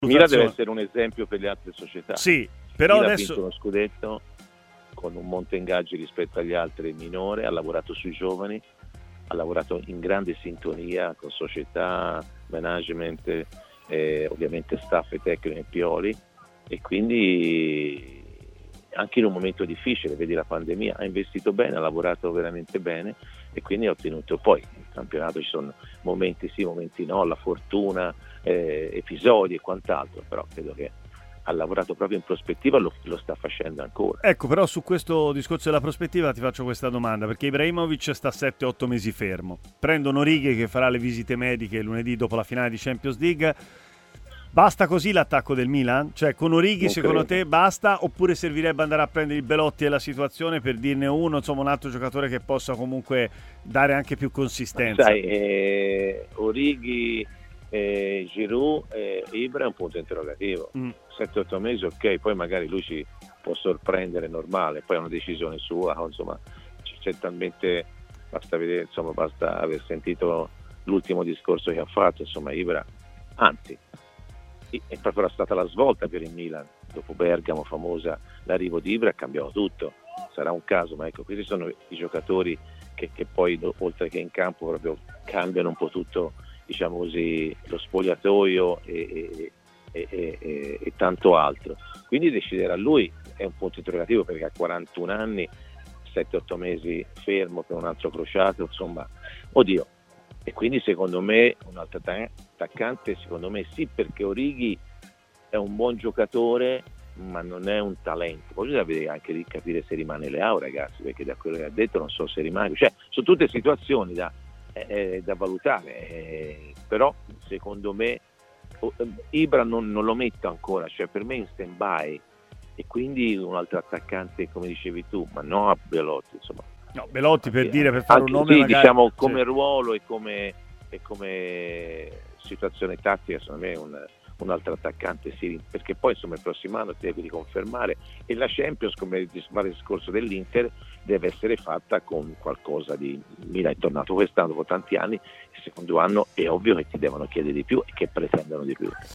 Milan deve essere un esempio per le altre società. Sì, però Milan adesso ha vinto uno scudetto con un monte ingaggi rispetto agli altri minore, ha lavorato sui giovani, ha lavorato in grande sintonia con società, management, ovviamente staff e tecnico e Pioli, e quindi anche in un momento difficile, vedi la pandemia, ha investito bene, ha lavorato veramente bene, e quindi ha ottenuto. Poi il campionato ci sono momenti sì, momenti no, la fortuna, episodi e quant'altro, però credo che ha lavorato proprio in prospettiva, lo sta facendo ancora. Ecco, però su questo discorso della prospettiva ti faccio questa domanda, perché Ibrahimovic sta 7-8 mesi fermo. Prendono Righi che farà le visite mediche lunedì dopo la finale di Champions League. Basta così l'attacco del Milan? Cioè con Origi secondo te basta, oppure servirebbe andare a prendere il Belotti e la situazione per dirne uno, insomma un altro giocatore che possa comunque dare anche più consistenza? Sai, Origi, Giroud, Ibra è un punto interrogativo. 7-8 mesi ok, poi magari lui ci può sorprendere, normale, poi è una decisione sua, insomma c'è talmente, basta vedere, insomma basta aver sentito l'ultimo discorso che ha fatto, insomma Ibra, anzi è proprio stata la svolta per il Milan, dopo Bergamo famosa, l'arrivo di Ibra ha cambiato tutto, sarà un caso, ma ecco, questi sono i giocatori che poi oltre che in campo proprio cambiano un po' tutto, diciamo così, lo spogliatoio e tanto altro, quindi deciderà lui, è un punto interrogativo perché ha 41 anni, 7-8 mesi fermo per un altro crociato, insomma, oddio. E quindi secondo me un altro attaccante, secondo me sì, perché Origi è un buon giocatore ma non è un talento, poi bisogna anche di capire se rimane Leao, ragazzi, perché da quello che ha detto non so se rimane, cioè sono tutte situazioni da valutare, però secondo me Ibra non lo metto ancora, cioè per me in stand by, e quindi un altro attaccante come dicevi tu, ma no a Belotti, insomma. No, Belotti per dire, per fare un nome sì, magari, diciamo come ruolo e come situazione tattica, secondo me un altro attaccante sì, perché poi insomma il prossimo anno ti devi riconfermare, e la Champions, come il discorso dell'Inter, deve essere fatta con qualcosa di Milan è tornato quest'anno dopo tanti anni, il secondo anno è ovvio che ti devono chiedere di più e che pretendono di più.